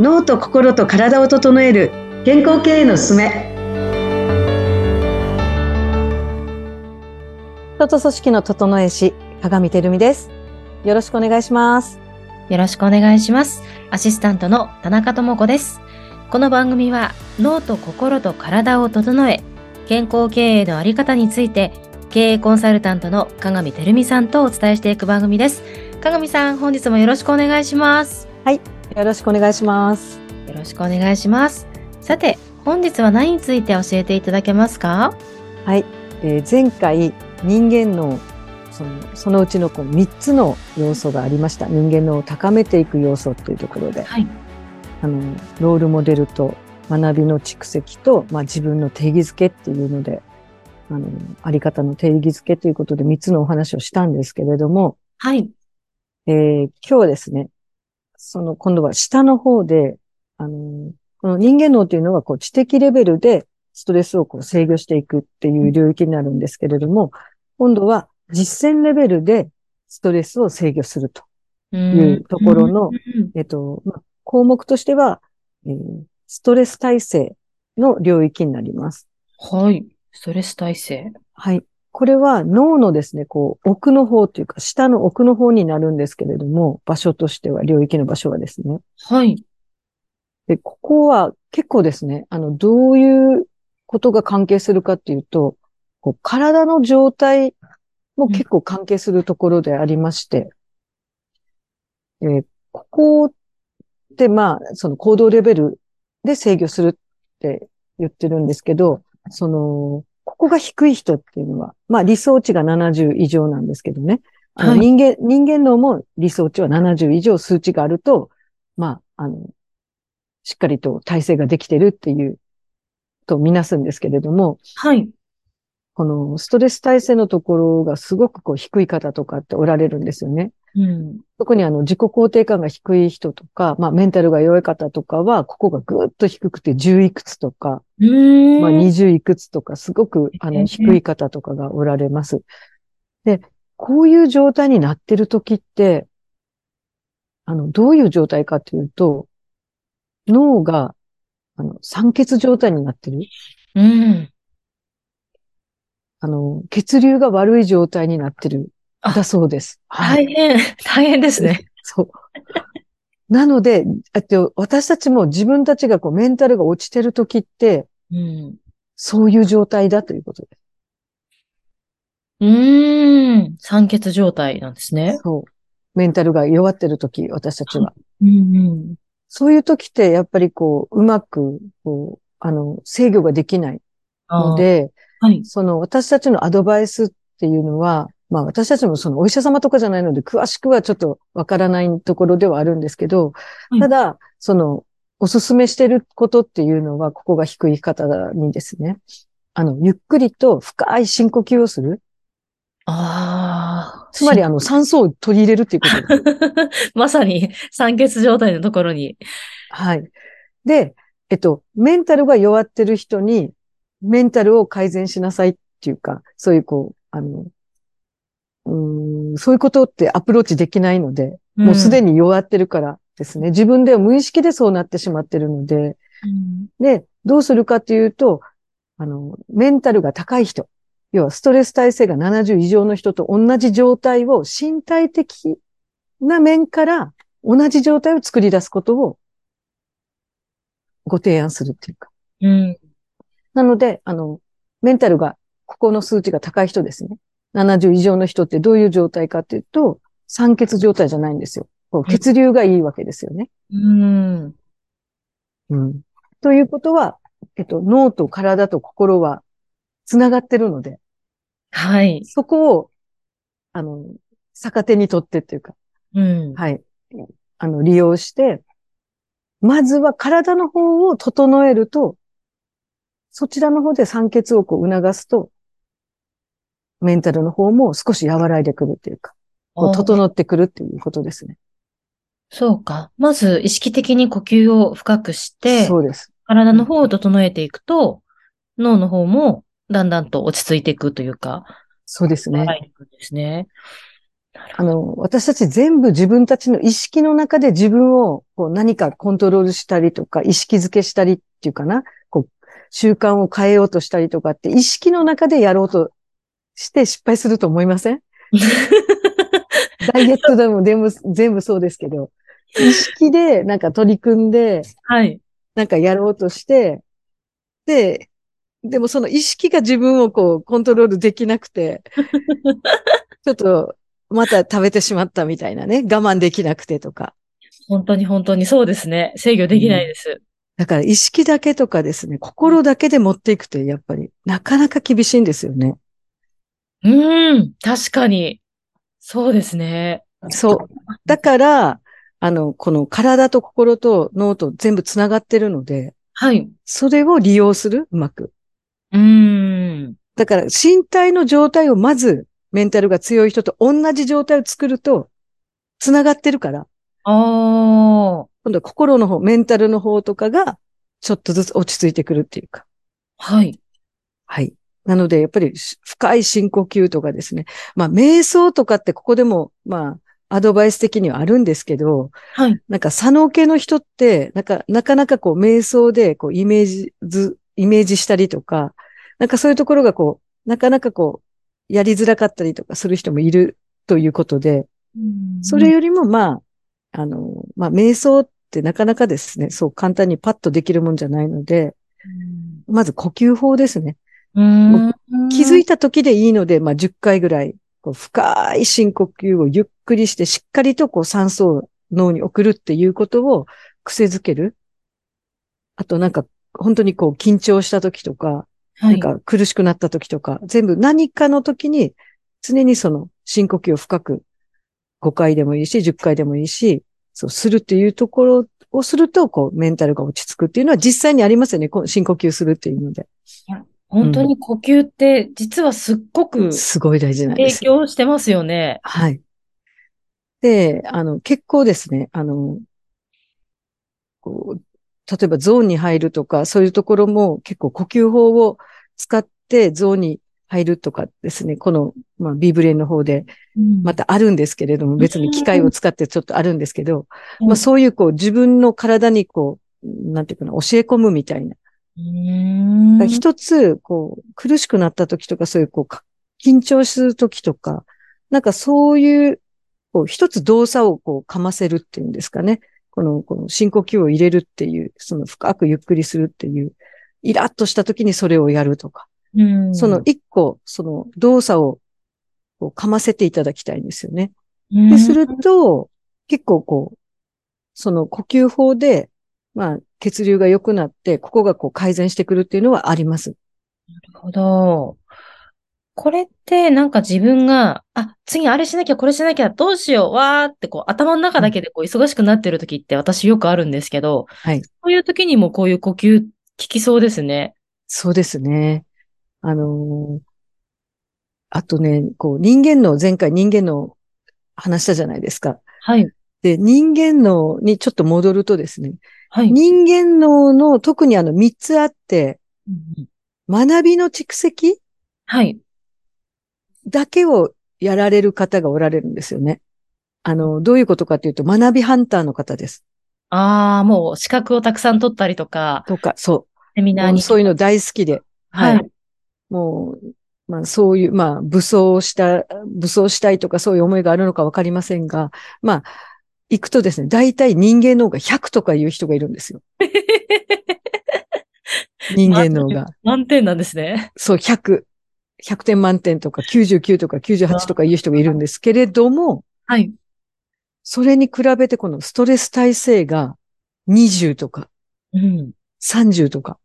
脳と心と体を整える健康経営のすすめ。人と組織の整え師、鏡てるみです。よろしくお願いします。 よろしくお願いします。アシスタントの田中智子です。この番組は脳と心と体を整え、健康経営のあり方について経営コンサルタントの鏡てるみさんとお伝えしていく番組です。鏡さん、本日もよろしくお願いします。 はい、よろしくお願いします。 よろしくお願いします。さて、本日は何について教えていただけますか？ はい、前回人間のそのうちの3つの要素がありました。人間のを高めていく要素っていうところで、 はい、 ロールモデルと学びの蓄積と、自分の定義づけっていうので、あり方の定義づけということで3つのお話をしたんですけれども、 はい、 今日はですね、今度は下の方で、この人間脳というのは知的レベルでストレスを制御していくっていう領域になるんですけれども、今度は実践レベルでストレスを制御するというところの、項目としては、ストレス耐性の領域になります。 はい、ストレス耐性。 はい。これは脳のですね、奥の方というか、下の奥の方になるんですけれども、場所としては、領域の場所はですね。 はい。 で、ここは結構ですね、どういうことが関係するかっていうと、体の状態も結構関係するところでありまして、ここってその行動レベルで制御するって言ってるんですけど、ここが低い人っていうのは、理想値が70以上なんですけどね。 はい、 人間脳も理想値は70以上数値があると、しっかりと体制ができてるっていうとみなすんですけれども、 はい。 このストレス耐性のところがすごく低い方とかっておられるんですよね。 うん、 特に自己肯定感が低い人とか、メンタルが弱い方とかは、ここがぐーっと低くて10いくつとか、20いくつとか、すごく低い方とかがおられます。で、こういう状態になってる時って、どういう状態かというと、脳が、酸欠状態になってる。 うん。 血流が悪い状態になってる。だあ、 そうです。はい。 大変、大変ですね。 そう。なので、私たちも自分たちがメンタルが落ちてる時って、 うん。 そういう状態だということです。 酸欠状態なんですね。 そう。メンタルが弱ってる時、私たちはい。 は。 うんうん。 そういう時って、やっぱりうまく、制御ができないのああ、 で、 はい。 私たちのアドバイスっていうのは、私たちもお医者様とかじゃないので、詳しくはちょっとわからないところではあるんですけど、 はい。 ただ、おすすめしてることっていうのは、ここが低い方にですね、ゆっくりと深い深呼吸をする。 ああ、 つまり、酸素を取り入れるっていうことです。 まさに酸欠状態のところに。 はい。で、メンタルが弱ってる人に、メンタルを改善しなさいっていうか、そういうそういうことってアプローチできないので、もうすでうん。 に弱ってるからですね。自分では無意識でそうなってしまってるので、 うん。 で、どうするかっていうと、メンタルが高い人、要はストレス耐性が70以上の人と同じ状態を身体的な面から同じ状態を作り出すことをご提案するっていうか。 うん。 なので、メンタルが、ここの数値が高い人ですね。70以上の人ってどういう状態かっていうと、酸欠状態じゃないんですよ。血流がいいわけですよね。 うん。 うん。ということは、脳と体と心は繋がってるので、 はい。 そこを、あの、逆手にとってっていうか、 うん。 はい。利用して、まずは体の方を整えると、そちらの方で酸欠を促すと、メンタルの方も少し和らいでくるっていうか、整ってくるっていうことですね。 そうか。まず意識的に呼吸を深くして、 そうです。 体うん、 の方を整えていくと、脳の方もだんだんと落ち着いていくというか、 そうですね。 はい、いくんですね。な私たち全部自分たちの意識の中で自分をこう何かコントロールしたりとか、意識づけしたりっていうかな、こう、習慣を変えようとしたりとかって意識の中でやろうとして失敗すると思いません？ダイエットでも全部そうですけど、意識でなんか取り組んで、 はい。 なんかやろうとして、で、でもその意識が自分をこうコントロールできなくて、ちょっとまた食べてしまったみたいなね、我慢できなくてとか。 本当に本当にそうですね。制御できないうん、 です。 だから意識だけとかですね、心だけで持っていくとやっぱりなかなか厳しいんですよね。 確かに。そうですね。 そう。だから、この体と心と脳と全部つながってるので、 はい。 それを利用する、うまく。 うーん。 だから身体の状態をまず、メンタルが強い人と同じ状態を作ると、つながってるから、 ああ、 今度は心の方、メンタルの方とかが、ちょっとずつ落ち着いてくるっていうか。 はい。 はい。なので、やっぱり深い深呼吸とかですね。まあ、瞑想とかってここでも、まあ、アドバイス的にはあるんですけど、 はい。 なんか、左脳系の人って、なかなかこう、瞑想で、こう、イメージしたりとか、なんかそういうところがこう、なかなかこう、やりづらかったりとかする人もいるということで、それよりも、まあ、まあ、瞑想ってなかなかですね、そう簡単にパッとできるもんじゃないので、まず呼吸法ですね。 うもうん。 気づいた時でいいので、まあ、10回ぐらい、こう深い深呼吸をゆっくりして、しっかりとこう酸素を脳に送るっていうことを癖づける。あとなんか、本当にこう緊張した時とか、 はい。 なんか苦しくなった時とか、全部何かの時に、常にその深呼吸を深く5回でもいいし、10回でもいいし、そうするっていうところをすると、こうメンタルが落ち着くっていうのは実際にありますよね。こう深呼吸するっていうので。 いや本当うん。 に呼吸って実はすっごくすごい大事なんで影す。 響してますよね。 はい。で、結構ですね、こう、例えばゾーンに入るとか、そういうところも結構呼吸法を使ってゾーンに入るとかですね、この、まあ、ビブレンの方でうん。 またあるんですけれども、別に機械を使ってちょっとあるんですけど、まあうんそういうこう自分の体にこう、なんていうかな、教え込むみたいな。 うーん。 一つ、こう、苦しくなった時とか、そういうこう、緊張する時とか、なんかそういう、こう、一つ動作をこう、かませるっていうんですかね。この深呼吸を入れるっていう、その深くゆっくりするっていう、イラッとした時にそれをやるとか、 うん。 その一個、その動作をこうかませていただきたいんですよね。で、すうん。 ると、結構こう、その呼吸法で、まあ、血流が良くなって、ここがこう改善してくるっていうのはあります。 なるほど。これってなんか自分が、あ、次あれしなきゃこれしなきゃどうしよう、わーってこう頭の中うん。 だけでこう忙しくなってる時って私よくあるんですけど、 はい。 そういう時にもこういう呼吸効きそうですね。 そうですね。あのーあとね、こう、前回人間の話したじゃないですか。 はい。 で、人間脳にちょっと戻るとですね、 はい。 人間脳の特に3つあって、 うんうん。 学びの蓄積はい。 だけをやられる方がおられるんですよね。どういうことかというと、学びハンターの方です。 ああ、もう資格をたくさん取ったりとか、 とか、そセミう。もうナーに行きまそういうの大好きで。はい。 はい。 もう、まあそういう、まあ武装したいとかそういう思いがあるのかわかりませんが、まあ、行くとですね、大体人間脳が100とかいう人がいるんですよ。人満間脳が。 満点なんですね。 そう、100。100点満点とか99とか98とかいう人がいるんですけれども、 はい。 それに比べてこのストレス耐性が20とかうん。 30とか。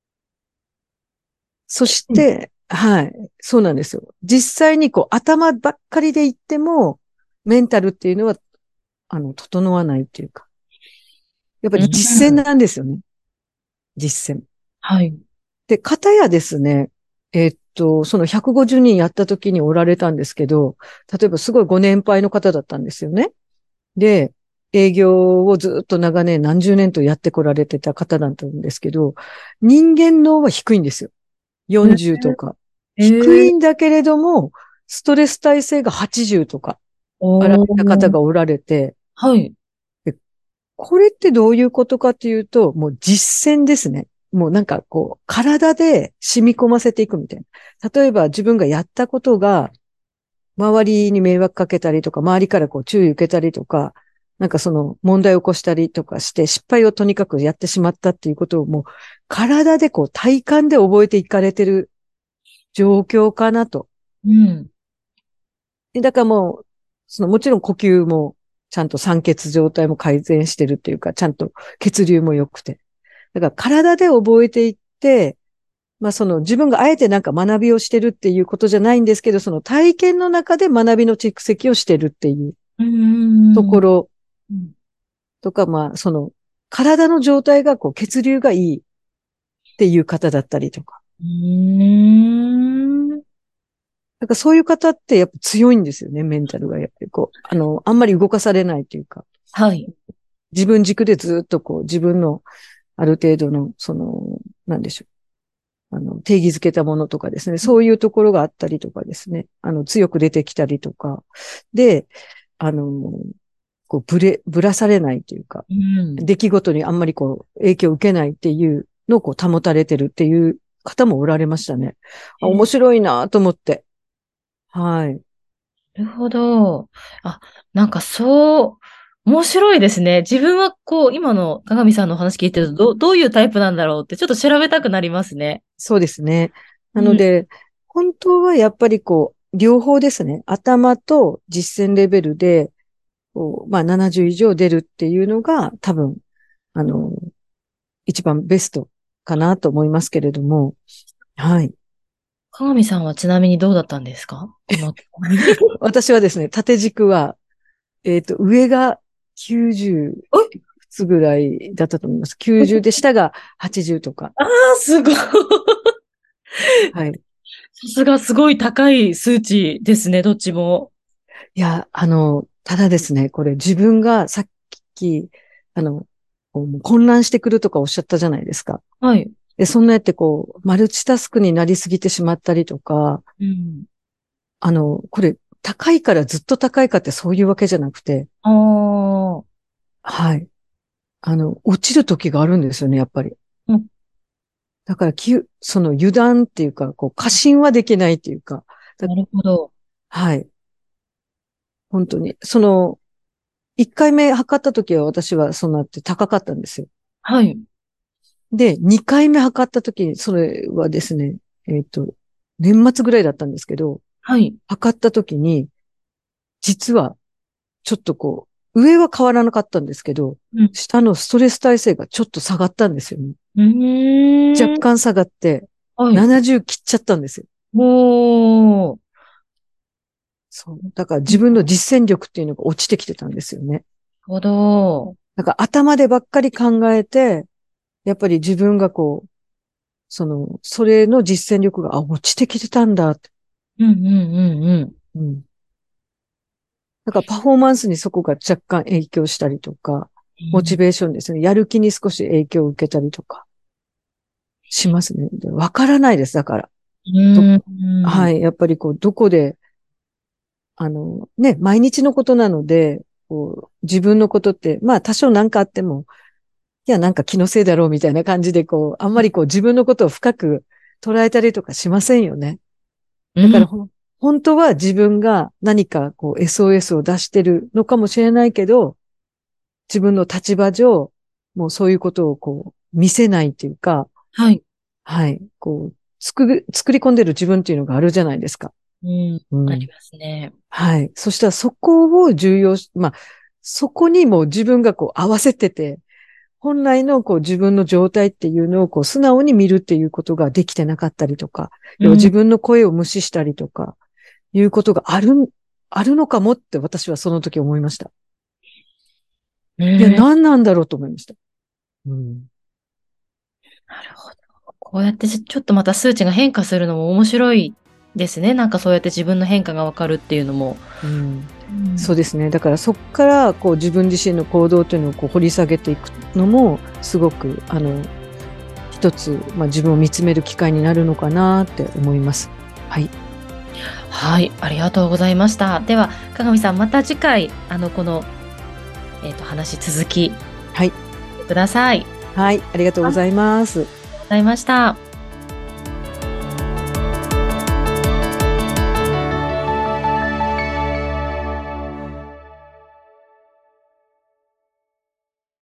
そしうん。 て、はい、そうなんですよ。実際にこう頭ばっかりで言っても、メンタルっていうのは、整わないっていうか。やっぱり実践なんですよね。実践。 はい。 で、方やですね、その150人やった時におられたんですけど、例えばすごいご年配の方だったんですよね。で、営業をずっと長年何十年とやってこられてた方だったんですけど、人間脳は低いんですよ。40とか。 ええ。 低いんだけれども、ストレス耐性が80とか。 あられた方おー。 がおられて、 はい。 でこれってどういうことかというと、もう実践ですね。もうなんかこう、体で染み込ませていくみたいな。例えば自分がやったことが、周りに迷惑かけたりとか、周りからこう注意受けたりとか、なんかその問題を起こしたりとかして、失敗をとにかくやってしまったっていうことをもう、体でこう体感で覚えていかれてる状況かなと。 うん。 だからもう、もちろん呼吸も、ちゃんと酸欠状態も改善してるっていうか、ちゃんと血流も良くて。だから体で覚えていって、まあ自分があえてなんか学びをしてるっていうことじゃないんですけど、その体験の中で学びの蓄積をしてるっていううん。 ところうん。 とか、まあ体の状態がこう血流がいいっていう方だったりとか。 うーん。 なんかそういう方ってやっぱ強いんですよね、メンタルがやっぱりこう、あんまり動かされないというか、 はい。 自分軸でずっとこう自分のある程度の、なんでしょう。定義づけたものとかですね。そういうところがあったりとかですね。強く出てきたりとか。で、あの、こう、ぶらされないというか、 うん。 出来事にあんまりこう、影響を受けないっていうのをこう、保たれてるっていう方もおられましたね。面白いなと思って。はい。 なるほど。あ、なんかそう、面白いですね。自分はこう、今の鏡さんのお話聞いてると、どういうタイプなんだろうってちょっと調べたくなりますね。 そうですね。なうん。 ので、本当はやっぱりこう、両方ですね。頭と実践レベルで、こうまあ70以上出るっていうのが多分、あの、一番ベストかなと思いますけれども、はい。 鏡さんはちなみにどうだったんですかこの。 私はですね、縦軸は、上が90 え、 いくつぐらいだったと思います。90で、下が80とか。 ああ、すごい。 はい。 さすがすごい高い数値ですね、どっちも。 いや、ただですね、これ自分がさっき、あの、こう混乱してくるとかおっしゃったじゃないですか。 はい。 で、そんなやってこう、マルチタスクになりすぎてしまったりとか、 うん。 これ、高いからずっと高いかってそういうわけじゃなくて、 ああ。 はい。落ちる時があるんですよね、やっぱり。 うん。 だから、その油断っていうか、こう、過信はできないっていうか、 なるほど。 はい。本当に。1回目測った時は私はそうなって高かったんですよ。 はい。 で、2回目測った時に、それはですね、えっと、年末ぐらいだったんですけど、 はい。 測った時に、実は、ちょっとこう、上は変わらなかったんですけど、 うん。 下のストレス耐性がちょっと下がったんですよね。 うーん。 若干下がって、 はい。 70切っちゃったんですよ。 おー。 そう。だから自分の実践力っていうのが落ちてきてたんですよね。 なるほど。 だから頭でばっかり考えて、やっぱり自分がこう、それの実践力が、落ちてきてたんだって。 うんうんうんうん。 うん。だからパフォーマンスにそこが若干影響したりとか、モチベーションですね。やる気に少し影響を受けたりとかしますね。わからないです。だから。 うんうん。 はい。やっぱりこう、どこで、毎日のことなので、こう、自分のことって、まあ多少なんかあっても、いや、なんか気のせいだろうみたいな感じで、こう、あんまりこう自分のことを深く捉えたりとかしませんよね。 うん。 だから本当は自分が何かこう SOS を出してるのかもしれないけど、自分の立場上、もうそういうことをこう見せないっていうか、 はい。 はい、こう、作り込んでる自分っていうのがあるじゃないですか。 うん。 うん。 ありますね。 はい。そしたらそこを重要し、まあ、そこにも自分がこう合わせてて、本来のこう自分の状態っていうのをこう素直に見るっていうことができてなかったりとか、要は自うん。 分の声を無視したりとか、いうことがあるのかもって私はその時思いました。 ういや、 ん。 何なんだろうと思いました。うん。 なるほど。こうやってちょっとまた数値が変化するのも面白いですね。なんかそうやって自分の変化がわかるっていうのも。 うん。 うん。 そうですね。だからそこからこう自分自身の行動というのをこう掘り下げていくのもすごく一つ、まあ、自分を見つめる機会になるのかなって思います。はい。 はい、ありがとうございました。では、鏡さん、また次回、この、話続きはい。 ください。ありはい。ありがとうございます。 がとうございました。